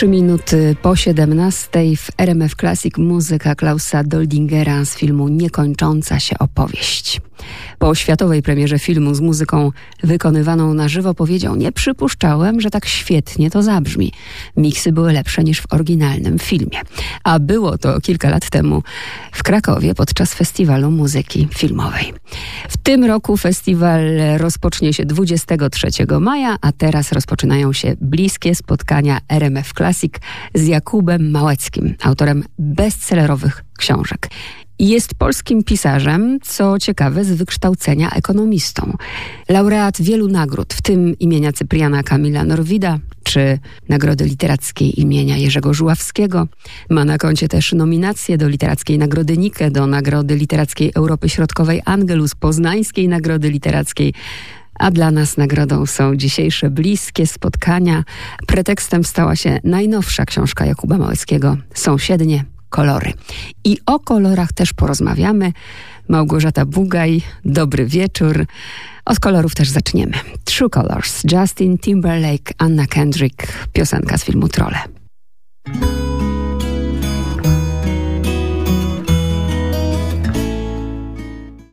3 minuty po 17 w RMF Classic muzyka Klausa Doldingera z filmu Niekończąca się opowieść. Po światowej premierze filmu z muzyką wykonywaną na żywo powiedział: nie przypuszczałem, że tak świetnie to zabrzmi. Miksy były lepsze niż w oryginalnym filmie. A było to kilka lat temu w Krakowie podczas Festiwalu Muzyki Filmowej. W tym roku festiwal rozpocznie się 23 maja, a teraz rozpoczynają się bliskie spotkania RMF Classic z Jakubem Małeckim, autorem bestsellerowych książek. Jest polskim pisarzem, co ciekawe, z wykształcenia ekonomistą. Laureat wielu nagród, w tym imienia Cypriana Kamila Norwida, czy Nagrody Literackiej imienia Jerzego Żuławskiego. Ma na koncie też nominacje do Literackiej Nagrody Nike, do Nagrody Literackiej Europy Środkowej Angelus, Poznańskiej Nagrody Literackiej. A dla nas nagrodą są dzisiejsze bliskie spotkania. Pretekstem stała się najnowsza książka Jakuba Małeckiego, Sąsiednie kolory. I o kolorach też porozmawiamy. Małgorzata Bugaj, dobry wieczór. Od kolorów też zaczniemy. True Colors, Justin Timberlake, Anna Kendrick, piosenka z filmu Trolle.